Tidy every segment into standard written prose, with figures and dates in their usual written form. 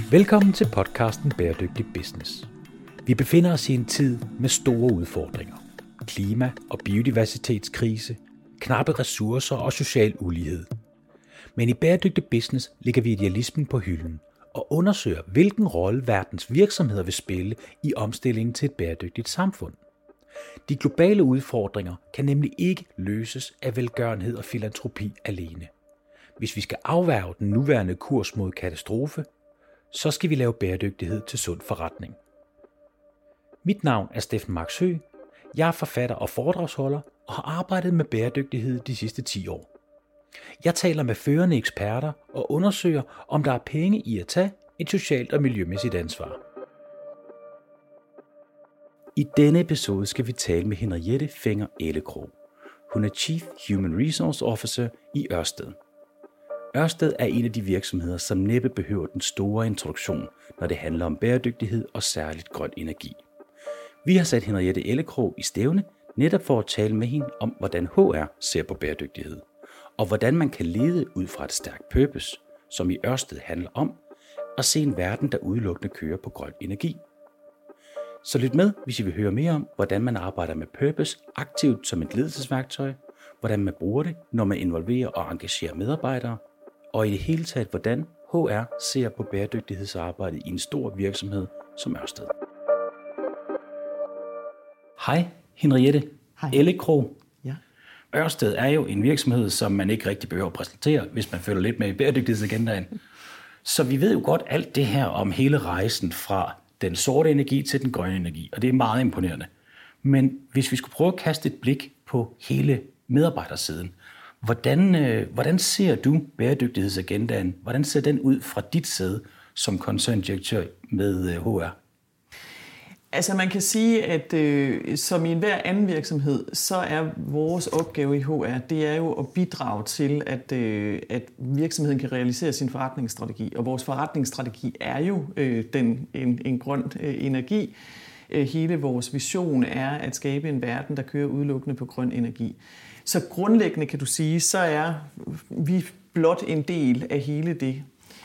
Velkommen til podcasten Bæredygtig Business. Vi befinder os i en tid med store udfordringer. Klima- og biodiversitetskrise, knappe ressourcer og social ulighed. Men i Bæredygtig Business ligger vi idealismen på hylden og undersøger, hvilken rolle verdens virksomheder vil spille i omstillingen til et bæredygtigt samfund. De globale udfordringer kan nemlig ikke løses af velgørenhed og filantropi alene. Hvis vi skal afværge den nuværende kurs mod katastrofe, så skal vi lave bæredygtighed til sund forretning. Mit navn er Steffen Marx Høgh. Jeg er forfatter og foredragsholder og har arbejdet med bæredygtighed de sidste 10 år. Jeg taler med førende eksperter og undersøger, om der er penge i at tage et socialt og miljømæssigt ansvar. I denne episode skal vi tale med Henriette Fenger Ellekrog. Hun er Chief Human Resource Officer i Ørsted. Ørsted er en af de virksomheder, som næppe behøver den store introduktion, når det handler om bæredygtighed og særligt grøn energi. Vi har sat Henriette Ellekrog i stævne, netop for at tale med hende om, hvordan HR ser på bæredygtighed, og hvordan man kan lede ud fra et stærkt purpose, som i Ørsted handler om at se en verden, der udelukkende kører på grøn energi. Så lyt med, hvis I vil høre mere om, hvordan man arbejder med purpose aktivt som et ledelsesværktøj, hvordan man bruger det, når man involverer og engagerer medarbejdere, og i det hele taget, hvordan HR ser på bæredygtighedsarbejdet i en stor virksomhed som Ørsted. Hej Henriette Ellekrog. Ja. Ørsted er jo en virksomhed, som man ikke rigtig behøver at præsentere, hvis man følger lidt med i bæredygtighedsagendaen. Så vi ved jo godt alt det her om hele rejsen fra den sorte energi til den grønne energi, og det er meget imponerende. Men hvis vi skulle prøve at kaste et blik på hele medarbejdersiden, hvordan ser du bæredygtighedsagendaen? Hvordan ser den ud fra dit sæde som koncerndirektør med HR? Altså man kan sige, at som i enhver anden virksomhed, så er vores opgave i HR, det er jo at bidrage til, at virksomheden kan realisere sin forretningsstrategi. Og vores forretningsstrategi er jo en grøn energi. Hele vores vision er at skabe en verden, der kører udelukkende på grøn energi. Så grundlæggende kan du sige, så er vi blot en del af hele det.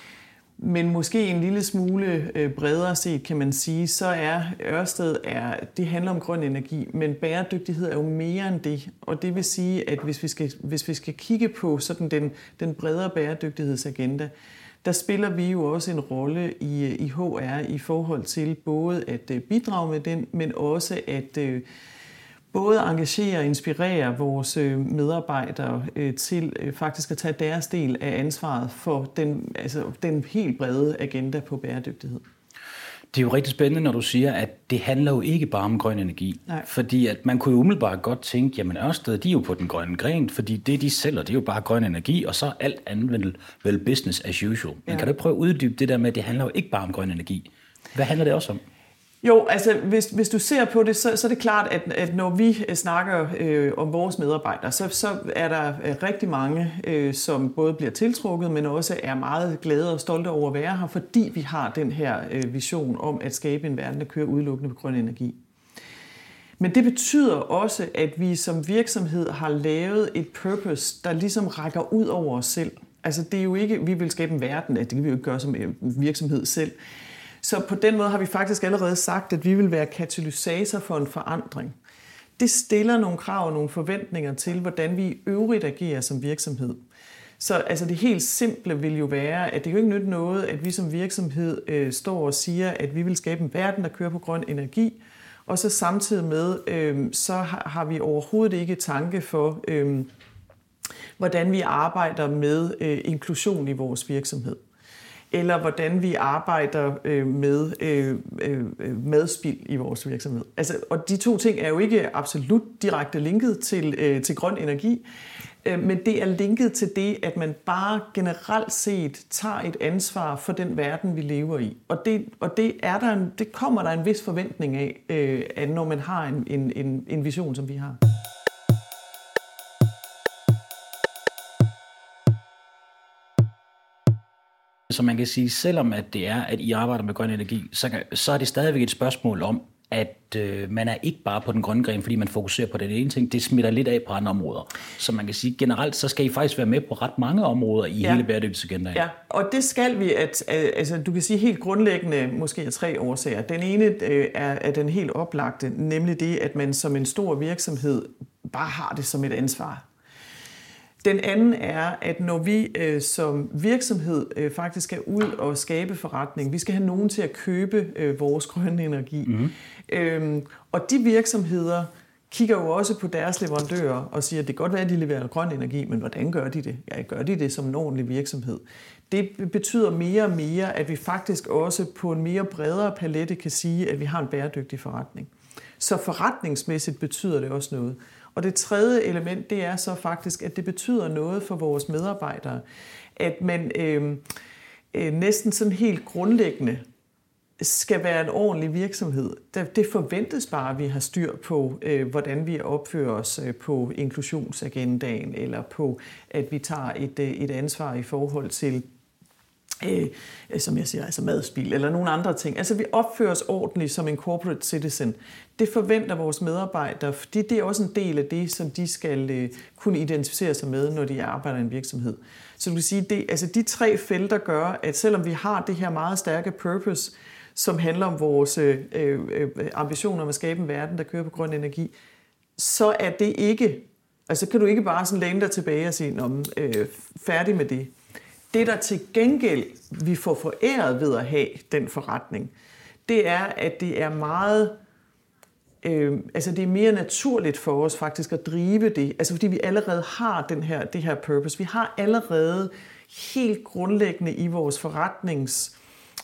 Men måske en lille smule bredere set, kan man sige, så er Ørsted, det handler om grøn energi, men bæredygtighed er jo mere end det. Og det vil sige, at hvis vi skal kigge på sådan den bredere bæredygtighedsagenda, der spiller vi jo også en rolle i HR i forhold til både at bidrage med den, men også at både engagere og inspirere vores medarbejdere til faktisk at tage deres del af ansvaret for den helt brede agenda på bæredygtighed. Det er jo rigtig spændende, når du siger, at det handler jo ikke bare om grøn energi. Nej. Fordi at man kunne jo umiddelbart godt tænke, jamen Ørsted, de er jo på den grønne gren, fordi det de sælger, det er jo bare grøn energi, og så alt andet vel business as usual. Men kan du prøve at uddybe det der med, at det handler jo ikke bare om grøn energi? Hvad handler det også om? Jo, altså hvis du ser på det, så er det klart, at når vi snakker om vores medarbejdere, så er der rigtig mange, som både bliver tiltrukket, men også er meget glade og stolte over at være her, fordi vi har den her vision om at skabe en verden, der kører udelukkende på grøn energi. Men det betyder også, at vi som virksomhed har lavet et purpose, der ligesom rækker ud over os selv. Altså det er jo ikke, vi vil skabe en verden, det kan vi jo ikke gøre som virksomhed selv. Så på den måde har vi faktisk allerede sagt, at vi vil være katalysator for en forandring. Det stiller nogle krav og nogle forventninger til, hvordan vi i øvrigt agerer som virksomhed. Så altså det helt simple vil jo være, at det jo ikke nytter noget, at vi som virksomhed står og siger, at vi vil skabe en verden, der kører på grøn energi, og så samtidig med, så har vi overhovedet ikke tanke for, hvordan vi arbejder med inklusion i vores virksomhed. Eller hvordan vi arbejder med madspild i vores virksomhed. Altså, og de to ting er jo ikke absolut direkte linket til grøn energi, men det er linket til det, at man bare generelt set tager et ansvar for den verden, vi lever i. Og det kommer der en vis forventning af, når man har en vision, som vi har. Så man kan sige, selvom at det er, at I arbejder med grøn energi, så er det stadigvæk et spørgsmål om, at man er ikke bare på den grønne gren, fordi man fokuserer på den ene ting. Det smitter lidt af på andre områder. Så man kan sige, generelt så skal I faktisk være med på ret mange områder i hele bæredygtighedsagendaen. Ja, og det skal vi, altså du kan sige helt grundlæggende måske af 3 årsager. Den ene er den helt oplagte, nemlig det, at man som en stor virksomhed bare har det som et ansvar. Den anden er, at når vi som virksomhed faktisk skal ud og skabe forretning, vi skal have nogen til at købe vores grønne energi. Og de virksomheder kigger jo også på deres leverandører og siger, at det kan godt være, at de leverer grøn energi, men hvordan gør de det? Ja, gør de det som en ordentlig virksomhed? Det betyder mere og mere, at vi faktisk også på en mere bredere palette kan sige, at vi har en bæredygtig forretning. Så forretningsmæssigt betyder det også noget. Og det tredje element, det er så faktisk, at det betyder noget for vores medarbejdere, at man næsten sådan helt grundlæggende skal være en ordentlig virksomhed. Det forventes bare, at vi har styr på, hvordan vi opfører os på inklusionsagendaen, eller på, at vi tager et ansvar i forhold til, som jeg siger, altså madspil eller nogle andre ting. Altså vi opfører os ordentligt som en corporate citizen. Det forventer vores medarbejdere, fordi det er også en del af det, som de skal kunne identificere sig med, når de arbejder i en virksomhed. Så du kan sige, altså de 3 felter gør, at selvom vi har det her meget stærke purpose, som handler om vores ambitioner om at skabe en verden, der kører på grøn energi, så er det ikke, altså kan du ikke bare sådan læne dig tilbage og sige, færdig med det. Det, der til gengæld vi får foræret ved at have den forretning, det er, at det er meget, altså det er mere naturligt for os faktisk at drive det, altså fordi vi allerede har det her purpose. Vi har allerede helt grundlæggende i vores forretnings,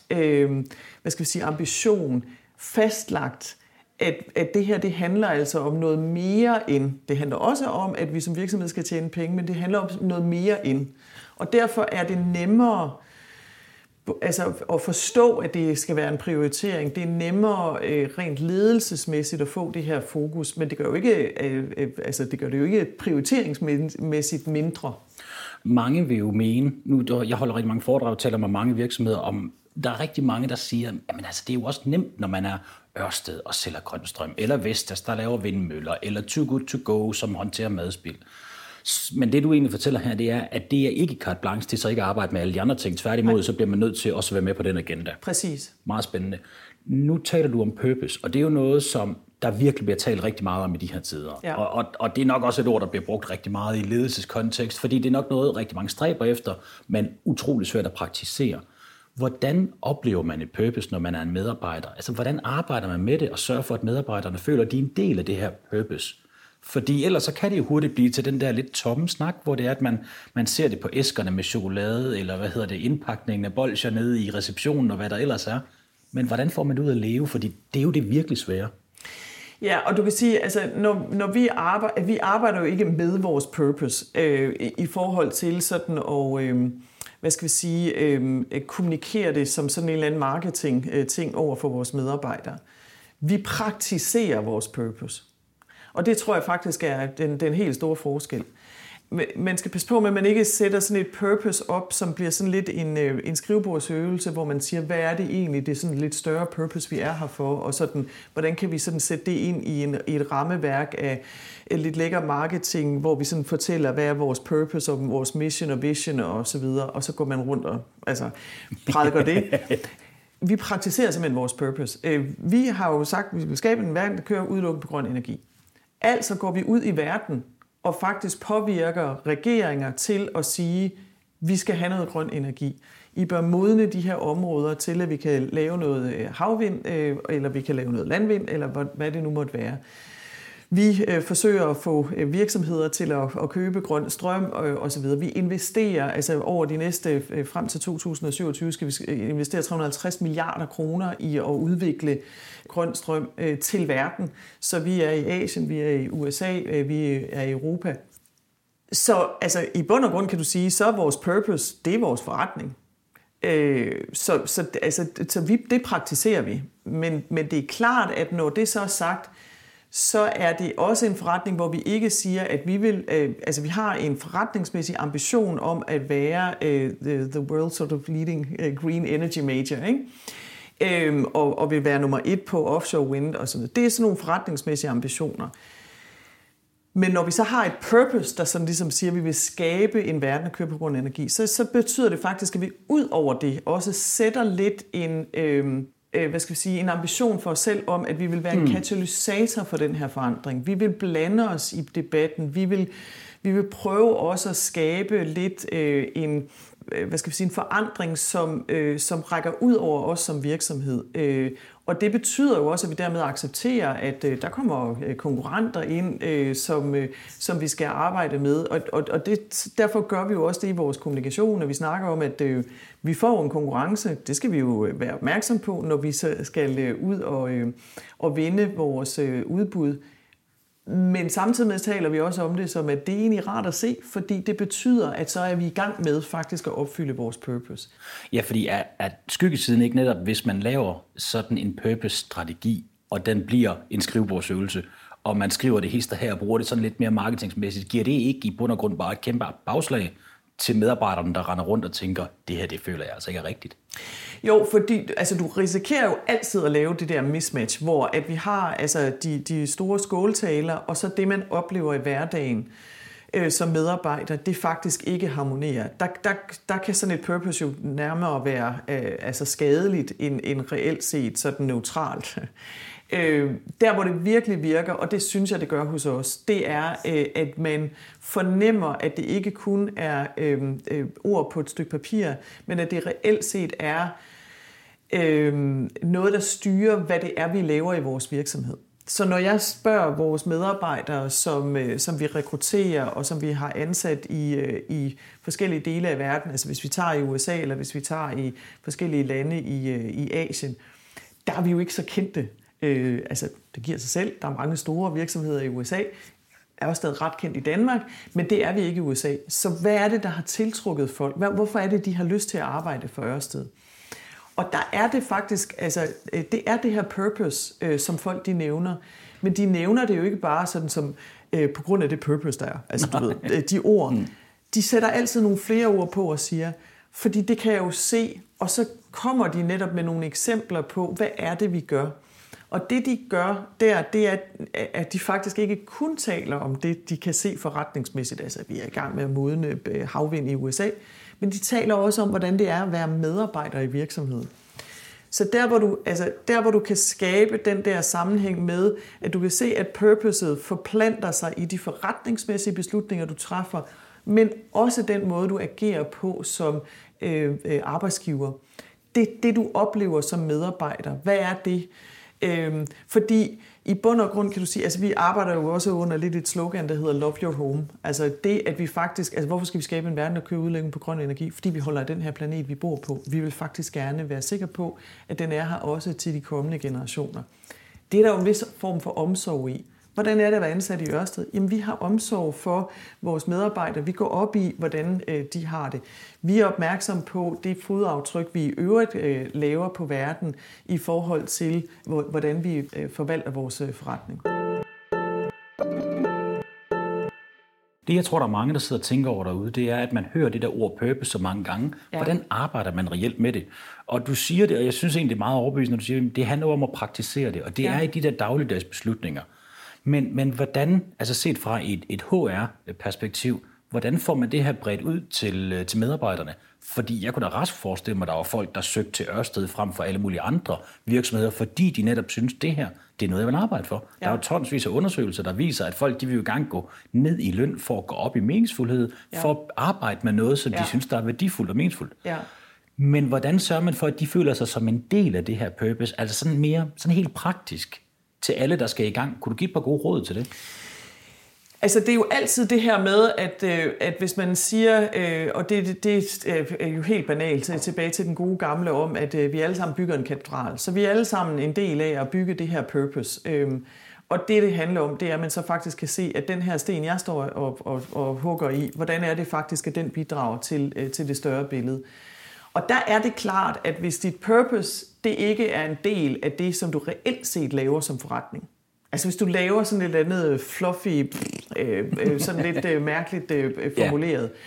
ambition fastlagt, at det her, det handler altså om noget mere end, det handler også om, at vi som virksomhed skal tjene penge, men det handler om noget mere end. Og derfor er det nemmere at forstå, at det skal være en prioritering. Det er nemmere rent ledelsesmæssigt at få det her fokus, men det gør det jo ikke prioriteringsmæssigt mindre. Mange vil jo mene, jeg holder rigtig mange foredrag og taler med mange virksomheder om, der er rigtig mange, der siger, at det er jo også nemt, når man er Ørsted og sælger grøn strøm, eller Vestas, der laver vindmøller, eller Too Good To Go, som håndterer madspil. Men det, du egentlig fortæller her, det er, at det er ikke carte blanche til så ikke at arbejde med alle de andre ting. Tværtimod, så bliver man nødt til også at være med på den agenda. Præcis. Meget spændende. Nu taler du om purpose, og det er jo noget, som der virkelig bliver talt rigtig meget om i de her tider. Ja. Og det er nok også et ord, der bliver brugt rigtig meget i ledelseskontekst, fordi det er nok noget, rigtig mange stræber efter, men utrolig svært at praktisere. Hvordan oplever man et purpose, når man er en medarbejder? Altså, hvordan arbejder man med det og sørger for, at medarbejderne føler, at de er en del af det her purpose? Fordi ellers så kan det jo hurtigt blive til den der lidt tomme snak, hvor det er, at man ser det på æskerne med chokolade, eller indpakningen af bolsjer nede i receptionen, og hvad der ellers er. Men hvordan får man det ud at leve? Fordi det er jo det virkelig svære. Ja, og du kan sige, altså, når vi arbejder jo ikke med vores purpose i forhold til sådan at kommunikere det som sådan en eller anden marketing-ting over for vores medarbejdere. Vi praktiserer vores purpose. Og det tror jeg faktisk er den helt store forskel. Man skal passe på med, at man ikke sætter sådan et purpose op, som bliver sådan lidt en skrivebordsøvelse, hvor man siger, hvad er det egentlig, det er sådan lidt større purpose, vi er her for, og sådan, hvordan kan vi sådan sætte det ind i et rammeværk af lidt lækker marketing, hvor vi sådan fortæller, hvad er vores purpose og vores mission og vision og så videre, og så går man rundt og prædiker det. Vi praktiserer simpelthen vores purpose. Vi har jo sagt, at vi vil skabe en verden, der kører udelukkende på grøn energi. Altså går vi ud i verden og faktisk påvirker regeringer til at sige, at vi skal have noget grøn energi. I bør modne de her områder til, at vi kan lave noget havvind, eller vi kan lave noget landvind, eller hvad det nu måtte være. Vi forsøger at få virksomheder til at købe grøn strøm osv. Vi investerer, altså over de næste, frem til 2027, skal vi investere 350 milliarder kroner i at udvikle grøn strøm til verden. Så vi er i Asien, vi er i USA, vi er i Europa. Så altså, i bund og grund kan du sige, så er vores purpose, det er vores forretning. Det praktiserer vi. Men det er klart, at når det så er sagt, så er det også en forretning, hvor vi ikke siger, at vi vil, vi har en forretningsmæssig ambition om at være the world sort of leading green energy major, ikke? og vil være nummer 1 på offshore wind og sådan noget. Det er sådan nogle forretningsmæssige ambitioner. Men når vi så har et purpose, der sådan ligesom siger, at vi vil skabe en verden, der kører på grund af energi, så betyder det faktisk, at vi ud over det også sætter lidt en ambition for os selv om, at vi vil være en katalysator for den her forandring. Vi vil blande os i debatten. Vi vil prøve også at skabe lidt en forandring, som rækker ud over os som virksomhed. Og det betyder jo også, at vi dermed accepterer, at der kommer konkurrenter ind, som vi skal arbejde med. Og derfor gør vi jo også det i vores kommunikation, at vi snakker om, at vi får en konkurrence. Det skal vi jo være opmærksom på, når vi så skal ud og vinde vores udbud. Men samtidig taler vi også om det som, at det er egentlig rart at se, fordi det betyder, at så er vi i gang med faktisk at opfylde vores purpose. Ja, fordi er skyggesiden ikke netop, hvis man laver sådan en purpose-strategi, og den bliver en skrivebordsøvelse, og man skriver det hister her og bruger det sådan lidt mere marketingsmæssigt, giver det ikke i bund og grund bare et kæmpe bagslag til medarbejderne, der render rundt og tænker, det her, det føler jeg altså ikke er rigtigt? Jo, fordi du risikerer jo altid at lave det der mismatch, hvor at vi har de store skåltaler, og så det, man oplever i hverdagen som medarbejder, det faktisk ikke harmonerer. Der kan sådan et purpose jo nærmere være skadeligt end reelt set sådan neutralt. Der, hvor det virkelig virker, og det synes jeg, det gør hos os, det er, at man fornemmer, at det ikke kun er ord på et stykke papir, men at det reelt set er noget, der styrer, hvad det er, vi laver i vores virksomhed. Så når jeg spørger vores medarbejdere, som vi rekrutterer og som vi har ansat i forskellige dele af verden, altså hvis vi tager i USA eller hvis vi tager i forskellige lande i Asien, der er vi jo ikke så kendte. Det giver sig selv. Der er mange store virksomheder i USA. Er også stadig ret kendt i Danmark, men det er vi ikke i USA. Så hvad er det, der har tiltrukket folk? Hvorfor er det, de har lyst til at arbejde for Ørsted? Og der er det faktisk, det er det her purpose, som folk de nævner. Men de nævner det jo ikke bare sådan som på grund af det purpose, der er. De ord. De sætter altid nogle flere ord på og siger, fordi det kan jeg jo se, og så kommer de netop med nogle eksempler på, hvad er det, vi gør. Og det, de gør der, det er, at de faktisk ikke kun taler om det, de kan se forretningsmæssigt. Altså, vi er i gang med at modne havvind i USA, men de taler også om, hvordan det er at være medarbejder i virksomheden. Så der, hvor du kan skabe den der sammenhæng med, at du kan se, at purposet forplanter sig i de forretningsmæssige beslutninger, du træffer, men også den måde, du agerer på som arbejdsgiver. Det, du oplever som medarbejder, hvad er det? Fordi i bund og grund kan du sige, vi arbejder jo også under lidt et slogan, der hedder Love Your Home. Altså det, at vi faktisk, hvorfor skal vi skabe en verden, der kører udlægning på grøn energi? Fordi vi holder af den her planet, vi bor på. Vi vil faktisk gerne være sikre på, at den er her også til de kommende generationer. Det er der jo en vis form for omsorg i. Hvordan er det at være ansat i Ørsted? Jamen, vi har omsorg for vores medarbejdere. Vi går op i, hvordan de har det. Vi er opmærksom på det fodaftryk, vi i øvrigt laver på verden i forhold til, hvordan vi forvalter vores forretning. Det, jeg tror, der er mange, der sidder og tænker over derude, det er, at man hører det der ord purpose så mange gange. Ja. Hvordan arbejder man reelt med det? Og du siger det, og jeg synes egentlig, det er meget overbevisende, når du siger, at det handler om at praktisere det, og det er i de der dagligdags beslutninger. Men hvordan, set fra et HR-perspektiv, hvordan får man det her bredt ud til medarbejderne? Fordi jeg kunne da ret forestille mig, at der var folk, der søgte til Ørsted frem for alle mulige andre virksomheder, fordi de netop synes, det her, det er noget, jeg vil arbejde for. Ja. Der er jo tonsvis af undersøgelser, der viser, at folk de vil jo gerne gå ned i løn for at gå op i meningsfuldhed, for at arbejde med noget, som de synes, der er værdifuldt og meningsfuldt. Ja. Men hvordan sørger man for, at de føler sig som en del af det her purpose? Altså sådan helt praktisk til alle, der skal i gang. Kunne du give et par gode råd til det? Det er jo altid det her med, at hvis man siger, og det er jo helt banalt, tilbage til den gode gamle om, at vi alle sammen bygger en katedral. Så vi er alle sammen en del af at bygge det her purpose. Og det handler om, det er, at man så faktisk kan se, at den her sten, jeg står og hugger i, hvordan er det faktisk, at den bidrager til det større billede. Og der er det klart, at hvis dit purpose, det ikke er en del af det, som du reelt set laver som forretning. Hvis du laver sådan et andet fluffy, sådan lidt mærkeligt formuleret,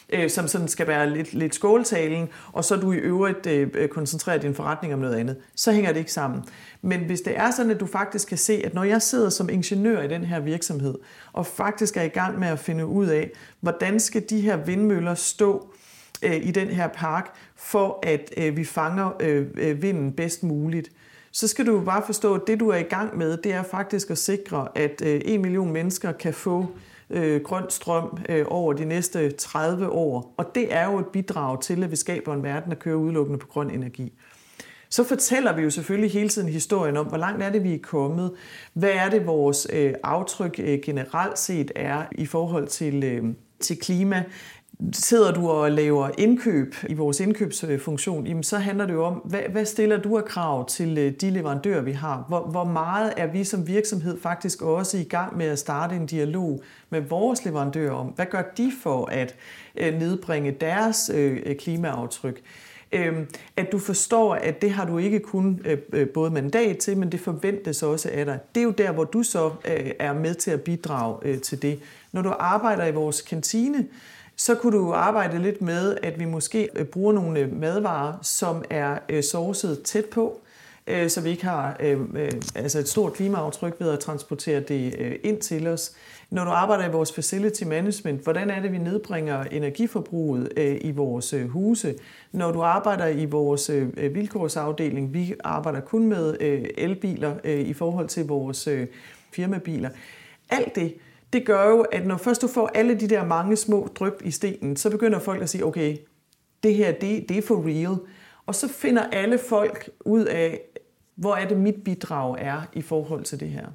som sådan skal være lidt skåltalen, og så du i øvrigt koncentrerer din forretning om noget andet, så hænger det ikke sammen. Men hvis det er sådan, at du faktisk kan se, at når jeg sidder som ingeniør i den her virksomhed, og faktisk er i gang med at finde ud af, hvordan skal de her vindmøller stå i den her park, for at vi fanger vinden bedst muligt, så skal du bare forstå, at det du er i gang med, det er faktisk at sikre, at 1 million mennesker kan få grøn strøm over de næste 30 år. Og det er jo et bidrag til, at vi skaber en verden, der kører udelukkende på grøn energi. Så fortæller vi jo selvfølgelig hele tiden historien om, hvor langt er det, vi er kommet. Hvad er det, vores aftryk generelt set er i forhold til klima? Sidder du og laver indkøb i vores indkøbsfunktion, jamen så handler det jo om, hvad stiller du af krav til de leverandører, vi har? Hvor meget er vi som virksomhed faktisk også i gang med at starte en dialog med vores leverandører om? Hvad gør de for at nedbringe deres klimaaftryk? At du forstår, at det har du ikke kun både mandat til, men det forventes også af dig. Det er jo der, hvor du så er med til at bidrage til det. Når du arbejder i vores kantine, så kunne du arbejde lidt med, at vi måske bruger nogle madvarer, som er sourcet tæt på, så vi ikke har et stort klimaaftryk ved at transportere det ind til os. Når du arbejder i vores facility management, hvordan er det, vi nedbringer energiforbruget i vores huse? Når du arbejder i vores vilkårsafdeling, vi arbejder kun med elbiler i forhold til vores firmabiler. Alt det gør jo, at når først du får alle de der mange små dryp i stenen, så begynder folk at sige, okay, det her, det er for real. Og så finder alle folk ud af, hvor er det mit bidrag er i forhold til det her.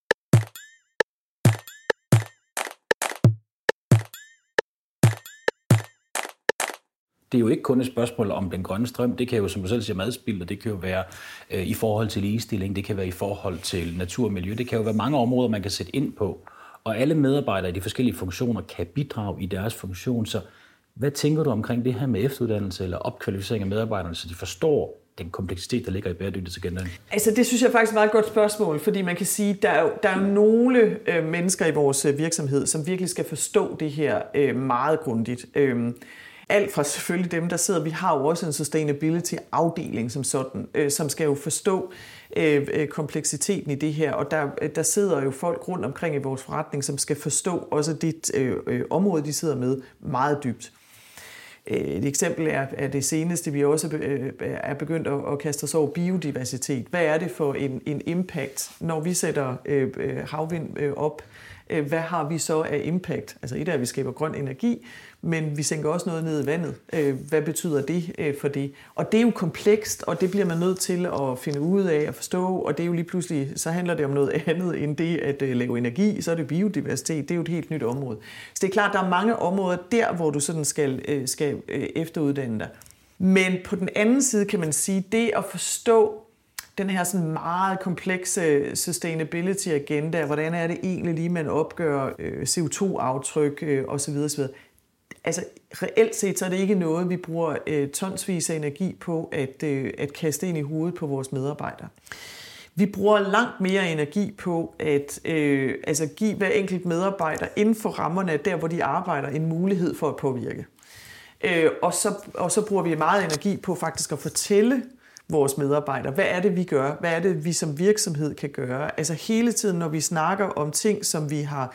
Det er jo ikke kun et spørgsmål om den grønne strøm. Det kan jo, som du selv siger, madspild, og det kan jo være i forhold til ligestilling, det kan være i forhold til natur og miljø. Det kan jo være mange områder, man kan sætte ind på. Og alle medarbejdere i de forskellige funktioner kan bidrage i deres funktion. Så hvad tænker du omkring det her med efteruddannelse eller opkvalificering af medarbejderne, så de forstår den kompleksitet, der ligger i bæredygtighedsagendaen? Altså det synes jeg faktisk er et meget godt spørgsmål, fordi man kan sige, at der er jo nogle mennesker i vores virksomhed, som virkelig skal forstå det her meget grundigt. Alt fra selvfølgelig dem, der sidder, vi har jo også en sustainability-afdeling som sådan, som skal jo forstå kompleksiteten i det her, og der sidder jo folk rundt omkring i vores forretning, som skal forstå også det område, de sidder med meget dybt. Et eksempel er det seneste, vi også er begyndt at kaste os over biodiversitet. Hvad er det for en impact, når vi sætter havvind op? Hvad har vi så af impact? Altså et er, at vi skaber grøn energi, men vi sænker også noget ned i vandet. Hvad betyder det for det? Og det er jo komplekst, og det bliver man nødt til at finde ud af og forstå, og det er jo lige pludselig, så handler det om noget andet end det at lave energi, så er det biodiversitet, det er jo et helt nyt område. Så det er klart, der er mange områder der, hvor du sådan skal efteruddanne dig. Men på den anden side kan man sige, det at forstå den her sådan meget komplekse sustainability-agenda, hvordan er det egentlig lige, man opgør CO2-aftryk osv. osv. Altså reelt set så er det ikke noget, vi bruger tonsvis af energi på at kaste ind i hovedet på vores medarbejdere. Vi bruger langt mere energi på at give hver enkelt medarbejder inden for rammerne af der, hvor de arbejder, en mulighed for at påvirke. Og så bruger vi meget energi på faktisk at fortælle vores medarbejdere, hvad er det, vi gør? Hvad er det, vi som virksomhed kan gøre? Altså hele tiden, når vi snakker om ting, som vi har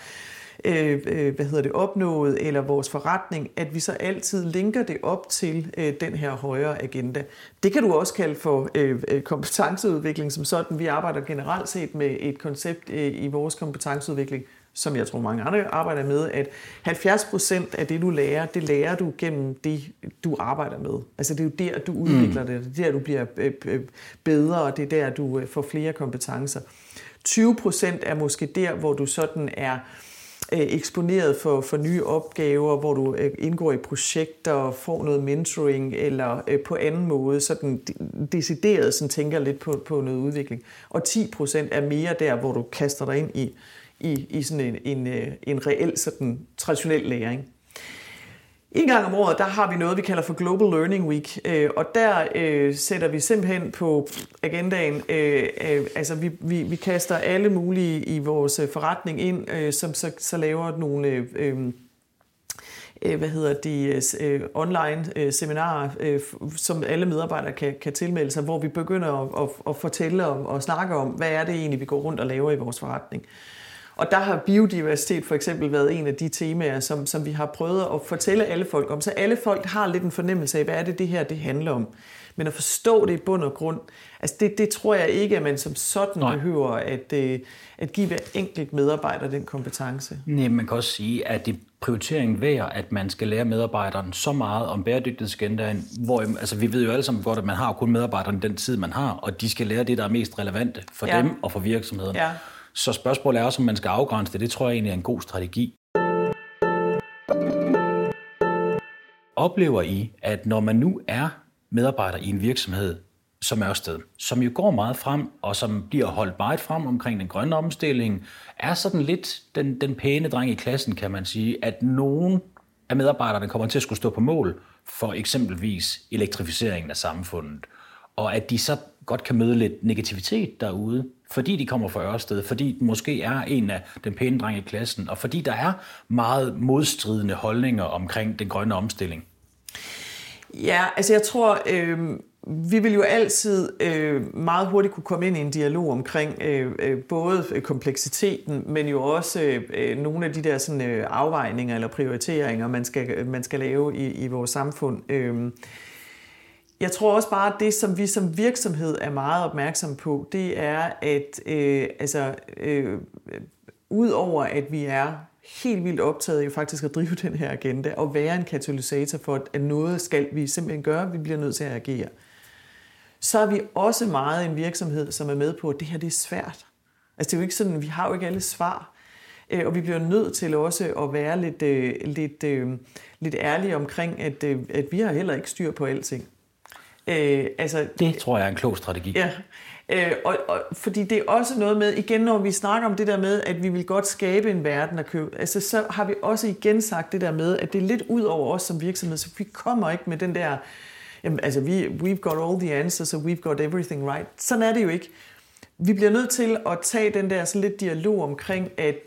opnået, eller vores forretning, at vi så altid linker det op til den her højere agenda. Det kan du også kalde for kompetenceudvikling som sådan. Vi arbejder generelt set med et koncept i vores kompetenceudvikling, som jeg tror mange andre arbejder med, at 70% af det, du lærer, det lærer du gennem det, du arbejder med. Altså det er jo der, du udvikler det. Det er der, du bliver bedre, og det er der, du får flere kompetencer. 20% er måske der, hvor du sådan er eksponeret for nye opgaver, hvor du indgår i projekter, får noget mentoring, eller på anden måde sådan decideret sådan tænker lidt på noget udvikling. Og 10% er mere der, hvor du kaster dig ind i sådan en reel sådan traditionel læring. En gang om året, der har vi noget, vi kalder for Global Learning Week, og der sætter vi simpelthen på agendaen, vi kaster alle mulige i vores forretning ind, som så laver nogle online seminarer, som alle medarbejdere kan tilmelde sig, hvor vi begynder at fortælle og snakke om, hvad er det egentlig, vi går rundt og laver i vores forretning. Og der har biodiversitet for eksempel været en af de temaer, som vi har prøvet at fortælle alle folk om. Så alle folk har lidt en fornemmelse af, hvad er det her det handler om. Men at forstå det i bund og grund, altså det tror jeg ikke, at man som sådan behøver at give hver enkelt medarbejder den kompetence. Nej, man kan også sige, at det prioriteringen værd, at man skal lære medarbejderen så meget om bæredygtighedsagendaen, hvor altså, vi ved jo alle sammen godt, at man har kun medarbejderne den tid, man har, og de skal lære det, der er mest relevante for dem og for virksomheden. Ja. Så spørgsmålet er også, om man skal afgrænse det. Det tror jeg egentlig er en god strategi. Oplever I, at når man nu er medarbejder i en virksomhed som Ørsted, som jo går meget frem, og som bliver holdt meget frem omkring den grønne omstilling, er sådan lidt den pæne dreng i klassen, kan man sige, at nogen af medarbejderne kommer til at skulle stå på mål for eksempelvis elektrificeringen af samfundet, og at de så godt kan møde lidt negativitet derude, fordi de kommer fra Ørsted, fordi de måske er en af den pæne dreng i klassen, og fordi der er meget modstridende holdninger omkring den grønne omstilling. Ja, altså jeg tror, vi vil jo altid meget hurtigt kunne komme ind i en dialog omkring både kompleksiteten, men jo også nogle af de der sådan, afvejninger eller prioriteringer, man skal lave i vores samfund. Jeg tror også bare, at det, som vi som virksomhed er meget opmærksom på, det er, at udover at vi er helt vildt optaget jo faktisk at drive den her agenda og være en katalysator for, at noget skal vi simpelthen gøre, vi bliver nødt til at agere, så er vi også meget en virksomhed, som er med på, at det her det er svært. Altså det er jo ikke sådan, vi har jo ikke alle svar. Og vi bliver nødt til også at være lidt ærlige omkring, at vi har heller ikke styr på alting. Det tror jeg er en klog strategi. Ja, og fordi det er også noget med, igen når vi snakker om det der med, at vi vil godt skabe en verden at købe, altså så har vi også igen sagt det der med, at det er lidt ud over os som virksomhed, så vi kommer ikke med den der, jamen, altså we've got all the answers, og we've got everything right. Sådan er det jo ikke. Vi bliver nødt til at tage den der sådan lidt dialog omkring, at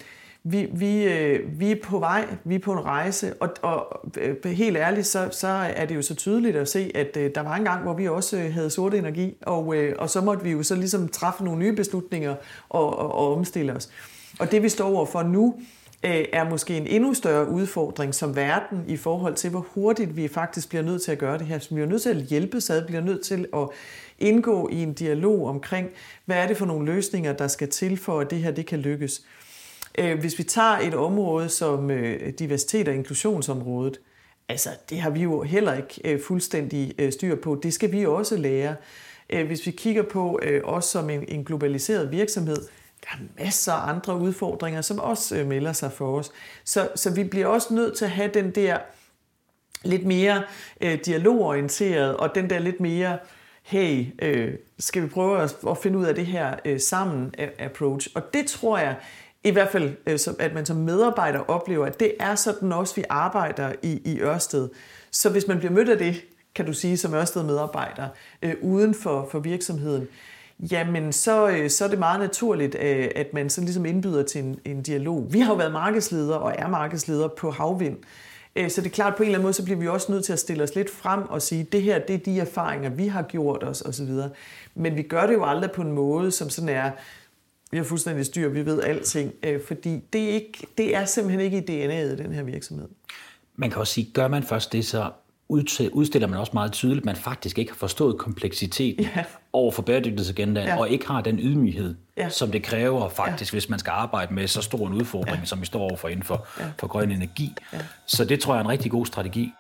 vi er på vej, vi er på en rejse, og helt ærligt, så er det jo så tydeligt at se, at der var en gang, hvor vi også havde sort energi, og så måtte vi jo så ligesom træffe nogle nye beslutninger og omstille os. Og det vi står overfor nu, er måske en endnu større udfordring som verden i forhold til, hvor hurtigt vi faktisk bliver nødt til at gøre det her. Så vi bliver nødt til at hjælpes ad, bliver nødt til at indgå i en dialog omkring, hvad er det for nogle løsninger, der skal til for, at det her det kan lykkes. Hvis vi tager et område som diversitet- og inklusionsområdet, altså det har vi jo heller ikke fuldstændig styr på. Det skal vi også lære. Hvis vi kigger på os som en globaliseret virksomhed, der er masser af andre udfordringer, som også melder sig for os. Så vi bliver også nødt til at have den der lidt mere dialogorienteret, og den der lidt mere, hey, skal vi prøve at finde ud af det her sammen approach. Og det tror jeg, i hvert fald, at man som medarbejder oplever, at det er sådan også, vi arbejder i Ørsted. Så hvis man bliver mødt af det, kan du sige, som Ørsted-medarbejder, uden for virksomheden, jamen så er det meget naturligt, at man så ligesom indbyder til en dialog. Vi har jo været markedsleder og er markedsleder på havvind. Så det er klart, på en eller anden måde, så bliver vi også nødt til at stille os lidt frem og sige, det her, det er de erfaringer, vi har gjort os osv. Men vi gør det jo aldrig på en måde, som sådan er, vi har fuldstændig styr, vi ved alting, fordi det er simpelthen ikke i DNA'et, den her virksomhed. Man kan også sige, gør man først det, så udstiller man også meget tydeligt, at man faktisk ikke har forstået kompleksiteten over for bæredygtighedsagendaen, og ikke har den ydmyghed, som det kræver faktisk, hvis man skal arbejde med så stor en udfordring, som vi står overfor inden for grøn energi. Så det tror jeg er en rigtig god strategi.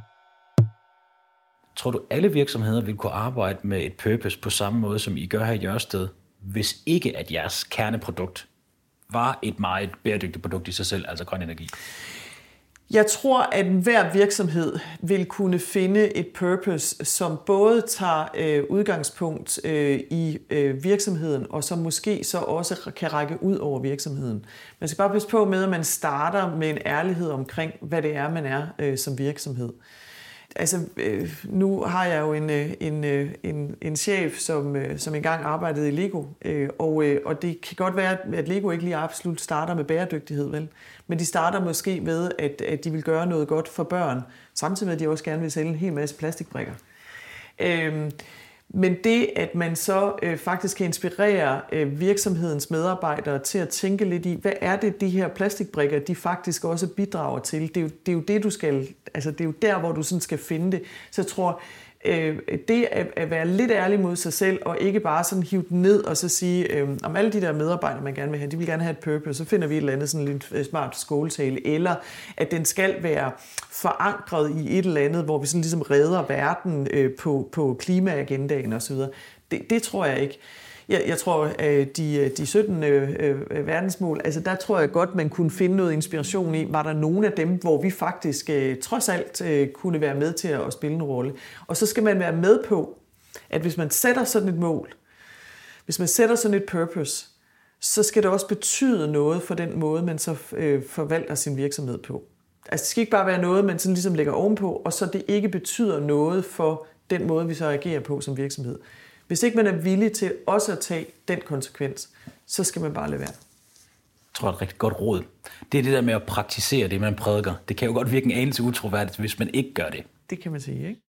Tror du, alle virksomheder vil kunne arbejde med et purpose på samme måde, som I gør her i Ørsted, hvis ikke at jeres kerneprodukt var et meget bæredygtigt produkt i sig selv, altså grøn energi? Jeg tror, at hver virksomhed vil kunne finde et purpose, som både tager udgangspunkt i virksomheden, og som måske så også kan række ud over virksomheden. Man skal bare passe på med, at man starter med en ærlighed omkring, hvad det er, man er som virksomhed. nu har jeg jo en chef, som engang arbejdede i Lego, og det kan godt være, at Lego ikke lige absolut starter med bæredygtighed, vel? Men de starter måske med, at de vil gøre noget godt for børn, samtidig med, at de også gerne vil sælge en hel masse plastikbrikker. Men det, at man så faktisk kan inspirere virksomhedens medarbejdere til at tænke lidt i, hvad er det, de her plastikbrikker, de faktisk også bidrager til. Det er jo det, du skal, altså det er jo der, hvor du sådan skal finde det. Så jeg tror, det at være lidt ærlig mod sig selv, og ikke bare sådan hive den ned og så sige, om alle de der medarbejdere, man gerne vil have, de vil gerne have et purpose, så finder vi et eller andet sådan lidt smart skåltale, eller at den skal være forankret i et eller andet, hvor vi sådan ligesom redder verden på klimaagendaen osv. Det tror jeg ikke. Jeg tror, at de 17 verdensmål, altså der tror jeg godt, man kunne finde noget inspiration i. Var der nogle af dem, hvor vi faktisk trods alt kunne være med til at spille en rolle? Og så skal man være med på, at hvis man sætter sådan et mål, hvis man sætter sådan et purpose, så skal det også betyde noget for den måde, man så forvalter sin virksomhed på. Altså det skal ikke bare være noget, man sådan ligesom lægger ovenpå, og så det ikke betyder noget for den måde, vi så agerer på som virksomhed. Hvis ikke man er villig til også at tage den konsekvens, så skal man bare lade være. Jeg tror, det er et rigtig godt råd. Det er det der med at praktisere det, man prædiker. Det kan jo godt virke en anelse utroværdigt, hvis man ikke gør det. Det kan man sige, ikke?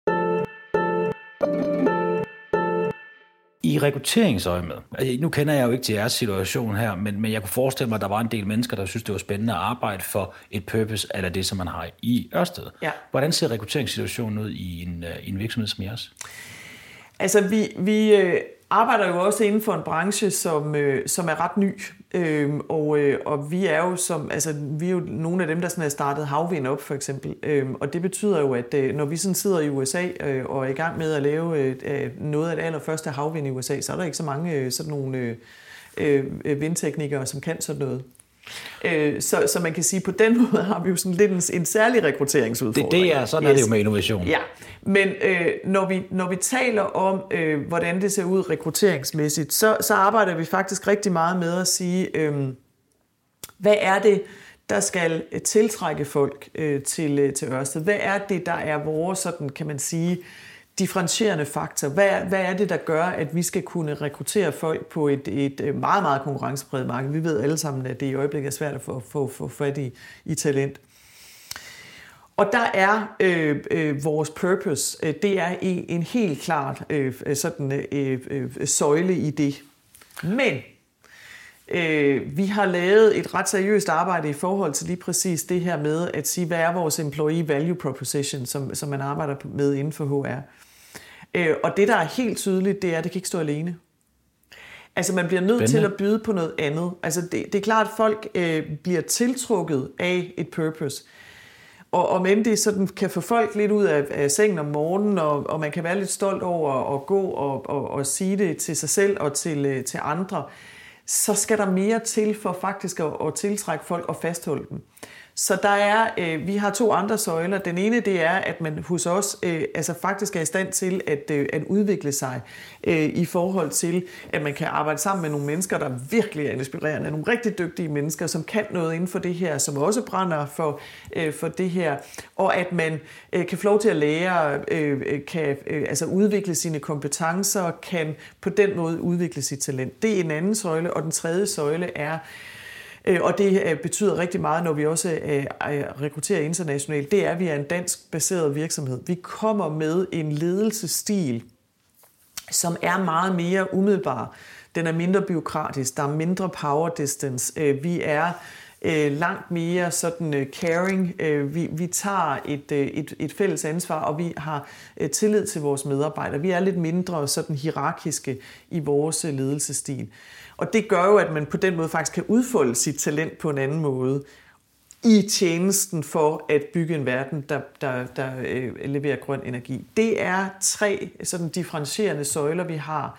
I rekrutteringsøjemed, nu kender jeg jo ikke til jeres situation her, men jeg kunne forestille mig, at der var en del mennesker, der synes, det var spændende at arbejde for et purpose, eller det, som man har i Ørsted. Ja. Hvordan ser rekrutteringssituationen ud i en virksomhed som jeres? Altså, vi arbejder jo også inden for en branche, som er ret ny, og vi er jo vi er jo nogle af dem, der sådan har startet havvind op, for eksempel. Og det betyder jo, at når vi sådan sidder i USA og er i gang med at lave noget af det allerførste havvind i USA, så er der ikke så mange sådan nogle vindteknikere, som kan sådan noget. Så man kan sige, at på den måde har vi jo sådan lidt en særlig rekrutteringsudfordring. Det er sådan, er det jo med innovation. Ja, men når vi taler om, hvordan det ser ud rekrutteringsmæssigt, så arbejder vi faktisk rigtig meget med at sige, hvad er det, der skal tiltrække folk til Ørsted? Hvad er det, der er vores, sådan kan man sige, differentierende faktor? Hvad er det, der gør, at vi skal kunne rekruttere folk på et meget, meget konkurrencepræget marked? Vi ved alle sammen, at det i øjeblikket er svært at få fat i talent. Og der er vores purpose, det er en helt klart søjle i det. Men vi har lavet et ret seriøst arbejde i forhold til lige præcis det her med at sige, hvad er vores employee value proposition, som man arbejder med inden for HR. Og det, der er helt tydeligt, det er, at det kan ikke stå alene. Altså man bliver nødt til at byde på noget andet. Altså det er klart, at folk bliver tiltrukket af et purpose. Og men det sådan kan få folk lidt ud af sengen om morgenen, og man kan være lidt stolt over at gå og sige det til sig selv og til andre, så skal der mere til for faktisk at tiltrække folk og fastholde dem. Så der er, vi har 2 andre søjler. Den ene, det er, at man hos os faktisk er i stand til at udvikle sig i forhold til, at man kan arbejde sammen med nogle mennesker, der virkelig er inspirerende. Nogle rigtig dygtige mennesker, som kan noget inden for det her, som også brænder for det her. Og at man kan få lov til at lære, kan udvikle sine kompetencer, kan på den måde udvikle sit talent. Det er en anden søjle, og den tredje søjle er, og det betyder rigtig meget, når vi også rekrutterer internationalt, det er, at vi er en dansk baseret virksomhed. Vi kommer med en ledelsesstil, som er meget mere umiddelbar. Den er mindre bureaukratisk, der er mindre power distance. Vi er langt mere sådan caring. Vi tager et fælles ansvar, og vi har tillid til vores medarbejdere. Vi er lidt mindre sådan hierarkiske i vores ledelsesstil. Og det gør jo, at man på den måde faktisk kan udfolde sit talent på en anden måde i tjenesten for at bygge en verden, der leverer grøn energi. Det er 3 sådan differentierende søjler, vi har.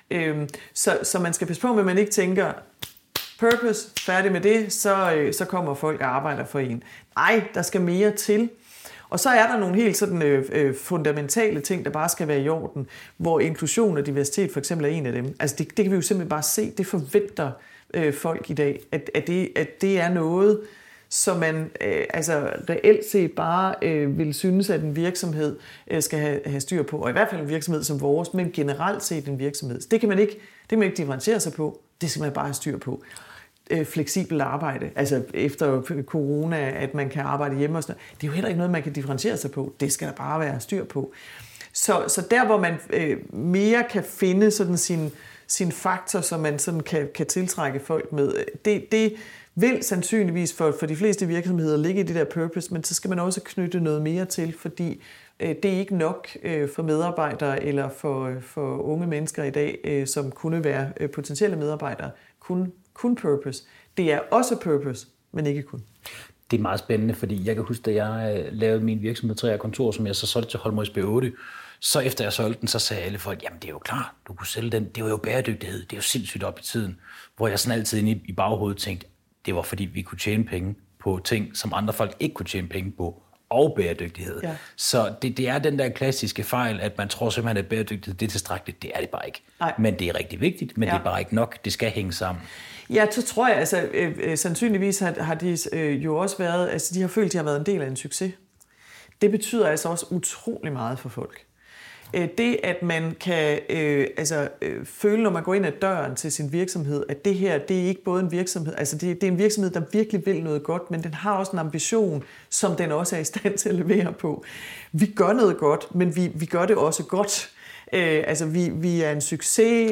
Så man skal passe på, at man ikke tænker, purpose, færdig med det, så kommer folk og arbejder for en. Nej, der skal mere til. Og så er der nogle helt sådan fundamentale ting, der bare skal være i orden, hvor inklusion og diversitet for eksempel er en af dem. Altså det kan vi jo simpelthen bare se, det forventer folk i dag, at det er noget, så man reelt set bare vil synes, at en virksomhed skal have styr på, og i hvert fald en virksomhed som vores, men generelt set en virksomhed. Det kan man ikke differentiere sig på, det skal man bare have styr på. Fleksibelt arbejde, altså efter corona, at man kan arbejde hjemme og sådan noget, det er jo heller ikke noget, man kan differentiere sig på. Det skal der bare være styr på. Så der, hvor man mere kan finde sådan sin faktor, som man sådan kan tiltrække folk med, det vil sandsynligvis for de fleste virksomheder ligge i det der purpose, men så skal man også knytte noget mere til, fordi det er ikke nok for medarbejdere eller for unge mennesker i dag, som kunne være potentielle medarbejdere, kun purpose. Det er også purpose, men ikke kun. Det er meget spændende, fordi jeg kan huske, da jeg lavede min virksomhed 3 kontor, som jeg så solgte til Holmøs B8, så efter jeg solgte den, så sagde alle folk, jamen det er jo klart, du kunne sælge den, det var jo bæredygtighed, det er jo sindssygt op i tiden. Hvor jeg sådan altid inde i baghovedet tænkte, det var fordi vi kunne tjene penge på ting, som andre folk ikke kunne tjene penge på, og bæredygtighed. Ja. Så det er den der klassiske fejl, at man tror simpelthen, at bæredygtighed det er tilstrækkeligt. Det er det bare ikke. Nej. Men det er rigtig vigtigt, men det er bare ikke nok. Det skal hænge sammen. Ja, så tror jeg, sandsynligvis har de jo også været, de har følt, at de har været en del af en succes. Det betyder altså også utrolig meget for folk. Det, at man kan føle, når man går ind ad døren til sin virksomhed, at det her, det er ikke både en virksomhed, altså det er en virksomhed, der virkelig vil noget godt, men den har også en ambition, som den også er i stand til at levere på. Vi gør noget godt, men vi gør det også godt. Vi er en succes.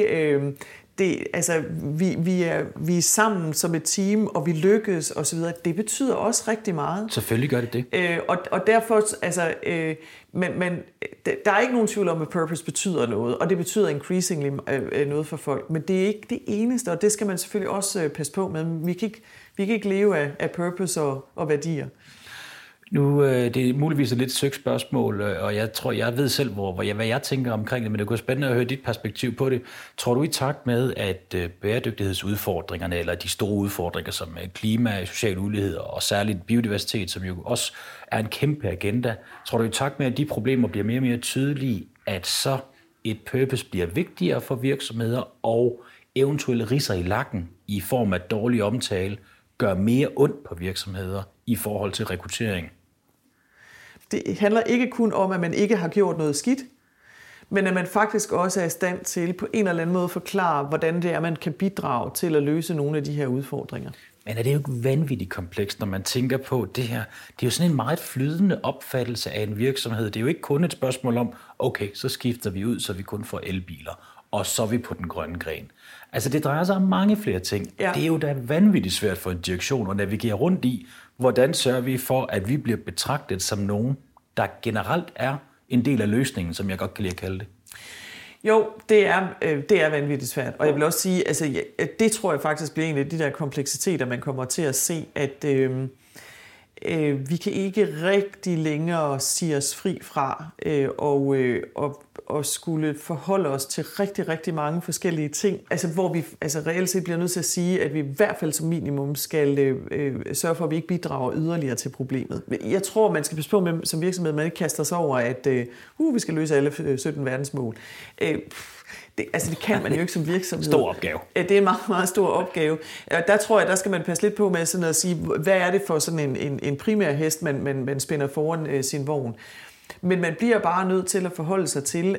Vi er sammen som et team, og vi lykkes osv. Det betyder også rigtig meget. Selvfølgelig gør det. Og derfor, men der er ikke nogen tvivl om, at purpose betyder noget, og det betyder increasingly noget for folk. Men det er ikke det eneste, og det skal man selvfølgelig også passe på med. Vi kan ikke leve af purpose og værdier. Nu det er muligvis et lidt søgt spørgsmål, og jeg tror, jeg ved selv, hvad jeg tænker omkring det, men det kunne være spændende at høre dit perspektiv på det. Tror du i takt med, at bæredygtighedsudfordringerne, eller de store udfordringer som klima, social ulighed og særligt biodiversitet, som jo også er en kæmpe agenda, tror du i takt med, at de problemer bliver mere og mere tydelige, at så et purpose bliver vigtigere for virksomheder, og eventuelle ridser i lakken i form af dårlig omtale gør mere ondt på virksomheder i forhold til rekruttering? Det handler ikke kun om, at man ikke har gjort noget skidt, men at man faktisk også er i stand til på en eller anden måde at forklare, hvordan det er, man kan bidrage til at løse nogle af de her udfordringer. Men er det jo ikke vanvittigt komplekst, når man tænker på det her? Det er jo sådan en meget flydende opfattelse af en virksomhed. Det er jo ikke kun et spørgsmål om, okay, så skifter vi ud, så vi kun får elbiler, og så er vi på den grønne gren. Altså det drejer sig om mange flere ting. Ja. Det er jo da vanvittigt svært for en direktion at navigere rundt i, hvordan sørger vi for, at vi bliver betragtet som nogen, der generelt er en del af løsningen, som jeg godt kan lide at kalde det. Jo, det er vanvittigt svært. Og jeg vil også sige, det tror jeg faktisk bliver en af de der kompleksiteter, man kommer til at se, at vi kan ikke rigtig længere sige os fri fra og skulle forholde os til rigtig, rigtig mange forskellige ting. Altså hvor vi reelt set bliver nødt til at sige, at vi i hvert fald som minimum skal sørge for, at vi ikke bidrager yderligere til problemet. Jeg tror, man skal passe på med som virksomhed, at man ikke kaster sig over, at vi skal løse alle 17 verdensmål. Det kan man jo ikke som virksomhed. Stor opgave. Det er en meget, meget stor opgave. Der tror jeg, der skal man passe lidt på med sådan at sige, hvad er det for sådan en primær hest, man spænder foran sin vogn. Men man bliver bare nødt til at forholde sig til,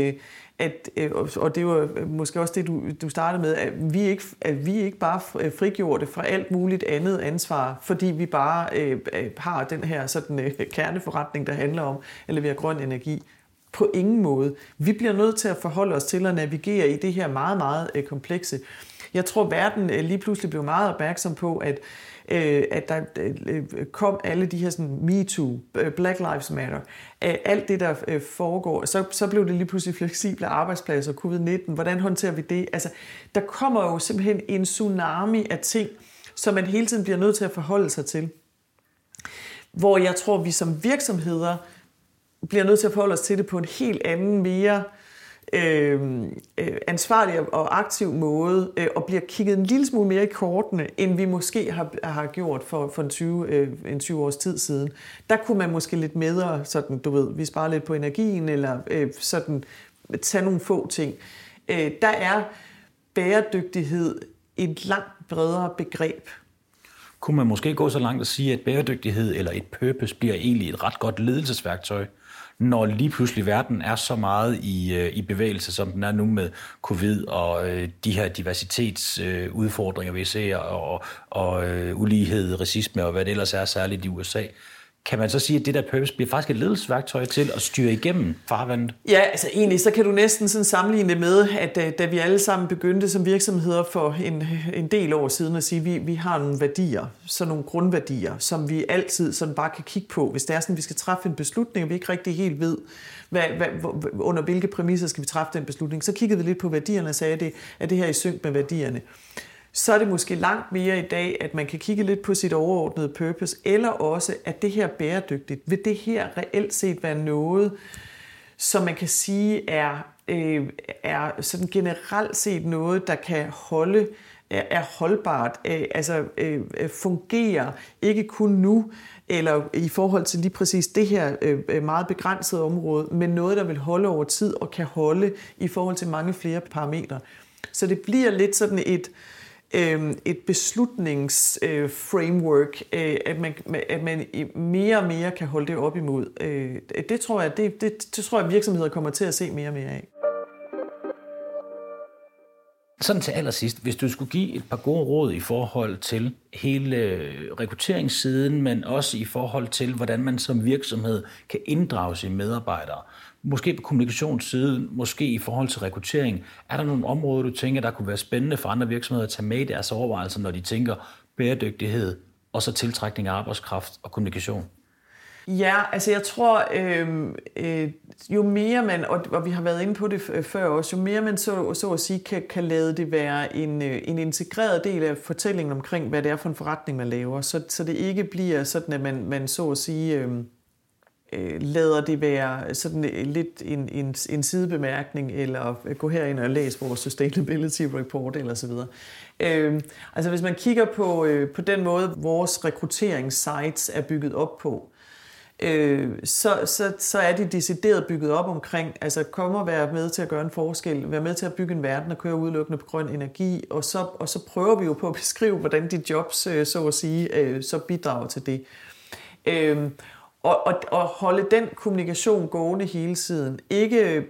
og det var måske også det, du startede med, at vi ikke bare frigjorde det fra alt muligt andet ansvar, fordi vi bare har den her sådan kerneforretning, der handler om at levere grøn energi. På ingen måde. Vi bliver nødt til at forholde os til at navigere i det her meget, meget komplekse. Jeg tror, verden lige pludselig blev meget opmærksom på, at der kom alle de her sådan MeToo, Black Lives Matter, alt det, der foregår. Så blev det lige pludselig fleksible arbejdspladser, COVID-19. Hvordan håndterer vi det? Altså, der kommer jo simpelthen en tsunami af ting, som man hele tiden bliver nødt til at forholde sig til. Hvor jeg tror, vi som virksomheder bliver nødt til at forholde os til det på en helt anden, mere ansvarlig og aktiv måde, og bliver kigget en lille smule mere i kortene, end vi måske har gjort for en 20 års tid siden. Der kunne man måske lidt mere, sådan, vi sparer lidt på energien, eller sådan tage nogle få ting. Der er bæredygtighed et langt bredere begreb. Kunne man måske gå så langt at sige, at bæredygtighed eller et purpose bliver egentlig et ret godt ledelsesværktøj, når lige pludselig verden er så meget i bevægelse, som den er nu med covid og de her diversitetsudfordringer, vi ser, og ulighed, racisme og hvad det ellers er, særligt i USA. Kan man så sige, at det der purpose bliver faktisk et ledelsesværktøj til at styre igennem farvandet? Ja, altså egentlig, så kan du næsten sådan sammenligne det med, at da vi alle sammen begyndte som virksomheder for en del år siden at sige, at vi har nogle værdier, så nogle grundværdier, som vi altid sådan bare kan kigge på, hvis det er sådan, vi skal træffe en beslutning, og vi ikke rigtig helt ved, under hvilke præmisser skal vi træffe den beslutning. Så kiggede vi lidt på værdierne og sagde, at det her er i sync med værdierne. Så er det måske langt mere i dag, at man kan kigge lidt på sit overordnede purpose, eller også, at det her er bæredygtigt. Vil det her reelt set være noget, som man kan sige er sådan generelt set noget, der kan er holdbart, fungerer ikke kun nu, eller i forhold til lige præcis det her meget begrænsede område, men noget, der vil holde over tid og kan holde i forhold til mange flere parametre. Så det bliver lidt sådan et beslutningsframework, at man mere og mere kan holde det op imod. Det tror jeg, virksomheder kommer til at se mere og mere af. Sådan til allersidst, hvis du skulle give et par gode råd i forhold til hele rekrutteringssiden, men også i forhold til, hvordan man som virksomhed kan inddrage sine medarbejdere, måske på kommunikationssiden, måske i forhold til rekruttering, er der nogle områder, du tænker, der kunne være spændende for andre virksomheder at tage med i deres overvejelser, når de tænker bæredygtighed og så tiltrækning af arbejdskraft og kommunikation? Ja, altså jeg tror, jo mere man, og vi har været inde på det før også, jo mere man så at sige kan lade det være en integreret del af fortællingen omkring, hvad det er for en forretning, man laver, så det ikke bliver sådan, at man så at sige lader det være sådan lidt en sidebemærkning, eller gå herind og læse vores Sustainability Report, eller så videre. Altså hvis man kigger på den måde, vores rekrutteringssites er bygget op på, så er de decideret bygget op omkring, altså komme og være med til at gøre en forskel, være med til at bygge en verden og køre udelukkende på grøn energi, og så prøver vi jo på at beskrive, hvordan de jobs, så at sige, så bidrager til det. Og holde den kommunikation gående hele tiden. Ikke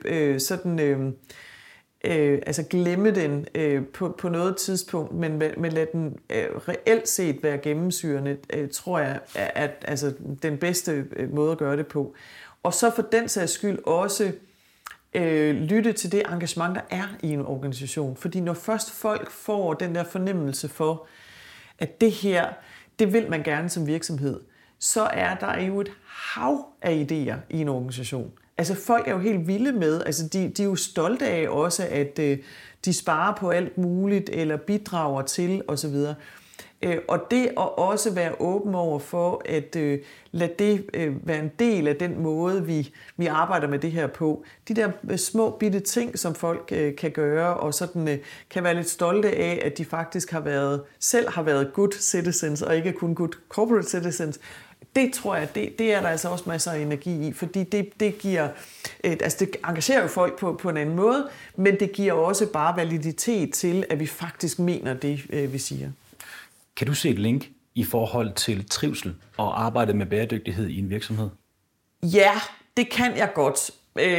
glemme den på noget tidspunkt, men lade den reelt set være gennemsyrende, tror jeg er den bedste måde at gøre det på. Og så for den sags skyld også lytte til det engagement, der er i en organisation. Fordi når først folk får den der fornemmelse for, at det her, det vil man gerne som virksomhed, så er der jo et hav af idéer i en organisation. Altså folk er jo helt vilde med, altså de er jo stolte af også, at de sparer på alt muligt, eller bidrager til osv. Og det at også være åben over for, at lade det være en del af den måde, vi arbejder med det her på. De der små bitte ting, som folk kan gøre, og sådan kan være lidt stolte af, at de faktisk selv har været good citizens, og ikke kun good corporate citizens. Det tror jeg, det er der altså også masser af energi i, fordi det giver, det engagerer jo folk på en anden måde, men det giver også bare validitet til, at vi faktisk mener det, vi siger. Kan du se et link i forhold til trivsel og arbejde med bæredygtighed i en virksomhed? Ja, det kan jeg godt.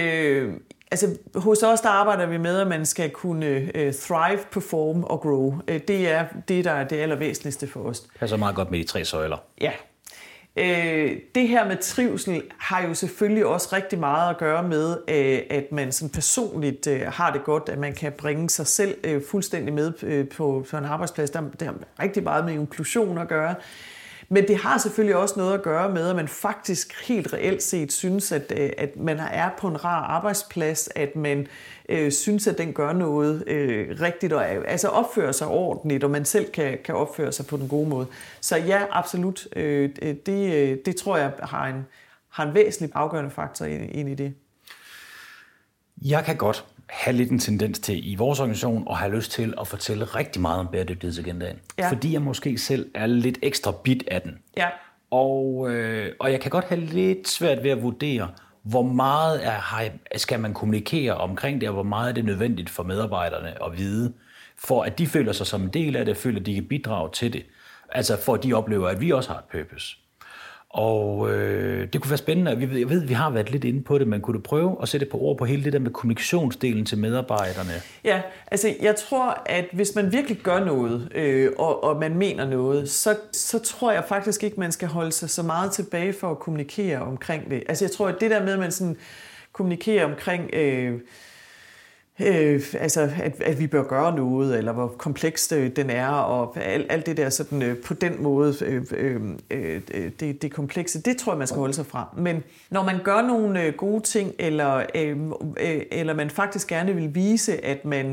Hos os der arbejder vi med, at man skal kunne thrive, perform og grow. Det er det, der er det allervæsentligste for os. Det passer meget godt med de 3 søjler. Ja. Det her med trivsel har jo selvfølgelig også rigtig meget at gøre med, at man sådan personligt har det godt, at man kan bringe sig selv fuldstændig med på en arbejdsplads. Det har rigtig meget med inklusion at gøre. Men det har selvfølgelig også noget at gøre med, at man faktisk helt reelt set synes, at man er på en rar arbejdsplads, at man synes, at den gør noget rigtigt, og altså opfører sig ordentligt, og man selv kan opføre sig på den gode måde. Så ja, absolut. Det tror jeg har en væsentlig afgørende faktor ind i det. Jeg kan godt have lidt en tendens til i vores organisation at have lyst til at fortælle rigtig meget om bæredygtighedsagendaen. Ja. Fordi jeg måske selv er lidt ekstra bit af den. Ja. Og jeg kan godt have lidt svært ved at vurdere, hvor meget skal man kommunikere omkring det, og hvor meget er det nødvendigt for medarbejderne at vide, for at de føler sig som en del af det, og føler, at de kan bidrage til det. Altså for at de oplever, at vi også har et purpose. Og det kunne være spændende. Jeg ved, vi har været lidt inde på det, men kunne du prøve at sætte på ord på hele det der med kommunikationsdelen til medarbejderne? Ja, altså jeg tror, at hvis man virkelig gør noget, og man mener noget, så tror jeg faktisk ikke, man skal holde sig så meget tilbage for at kommunikere omkring det. Altså jeg tror, at det der med, at man sådan kommunikerer omkring... altså at vi bør gøre noget, eller hvor komplekst den er, og alt det der sådan på den måde, det komplekse, det tror jeg, man skal holde sig fra. Men når man gør nogle gode ting, eller man faktisk gerne vil vise, at man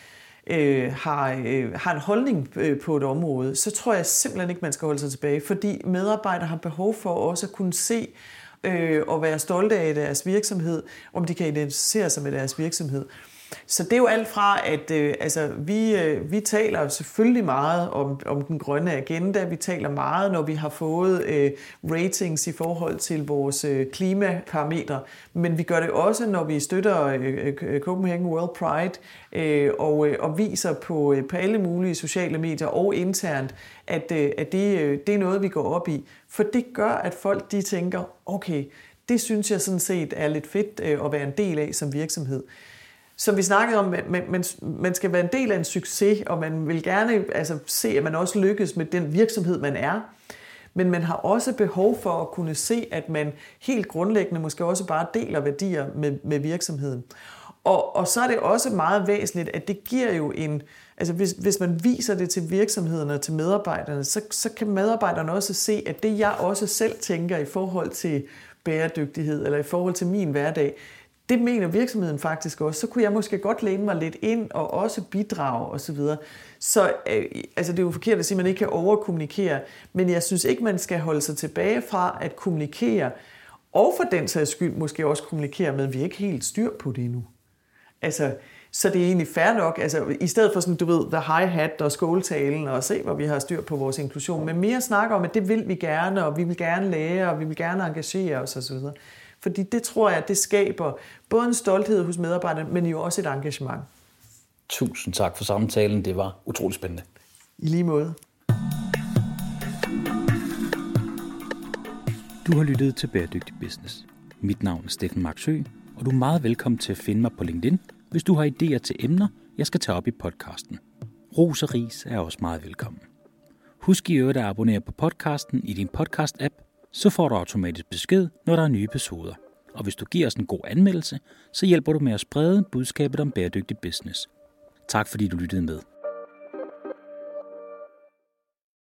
har en holdning på et område, så tror jeg simpelthen ikke, man skal holde sig tilbage, fordi medarbejdere har behov for også at kunne se og være stolte af deres virksomhed, om de kan identificere sig med deres virksomhed. Så det er jo alt fra, at vi taler selvfølgelig meget om den grønne agenda. Vi taler meget, når vi har fået ratings i forhold til vores klimaparametre. Men vi gør det også, når vi støtter Copenhagen World Pride og viser på alle mulige sociale medier og internt, at det er noget, vi går op i. For det gør, at folk de tænker, okay, det synes jeg sådan set er lidt fedt at være en del af som virksomhed. Som vi snakkede om, man skal være en del af en succes, og man vil gerne se, at man også lykkes med den virksomhed, man er. Men man har også behov for at kunne se, at man helt grundlæggende måske også bare deler værdier med virksomheden. Og så er det også meget væsentligt, at det giver jo en... Altså hvis man viser det til virksomhederne og til medarbejderne, så kan medarbejderne også se, at det jeg også selv tænker i forhold til bæredygtighed, eller i forhold til min hverdag, det mener virksomheden faktisk også. Så kunne jeg måske godt læne mig lidt ind og også bidrage osv. Så det er jo forkert at sige, at man ikke kan overkommunikere, men jeg synes ikke, man skal holde sig tilbage fra at kommunikere, og for den sags skyld måske også kommunikere med, at vi ikke helt styr på det endnu. Så det er egentlig fair nok, i stedet for sådan, du ved, the high hat og skåltalen og se, hvor vi har styr på vores inklusion, men mere snakke om, at det vil vi gerne, og vi vil gerne lære, og vi vil gerne engagere os osv. Fordi det tror jeg, det skaber både en stolthed hos medarbejderne, men jo også et engagement. Tusind tak for samtalen. Det var utroligt spændende. I lige måde. Du har lyttet til Bæredygtig Business. Mit navn er Steffen Marksø, og du er meget velkommen til at finde mig på LinkedIn, hvis du har idéer til emner, jeg skal tage op i podcasten. Ros og ris er også meget velkommen. Husk i øvrigt at abonnere på podcasten i din podcast-app, så får du automatisk besked, når der er nye episoder. Og hvis du giver os en god anmeldelse, så hjælper du med at sprede budskabet om bæredygtig business. Tak fordi du lyttede med.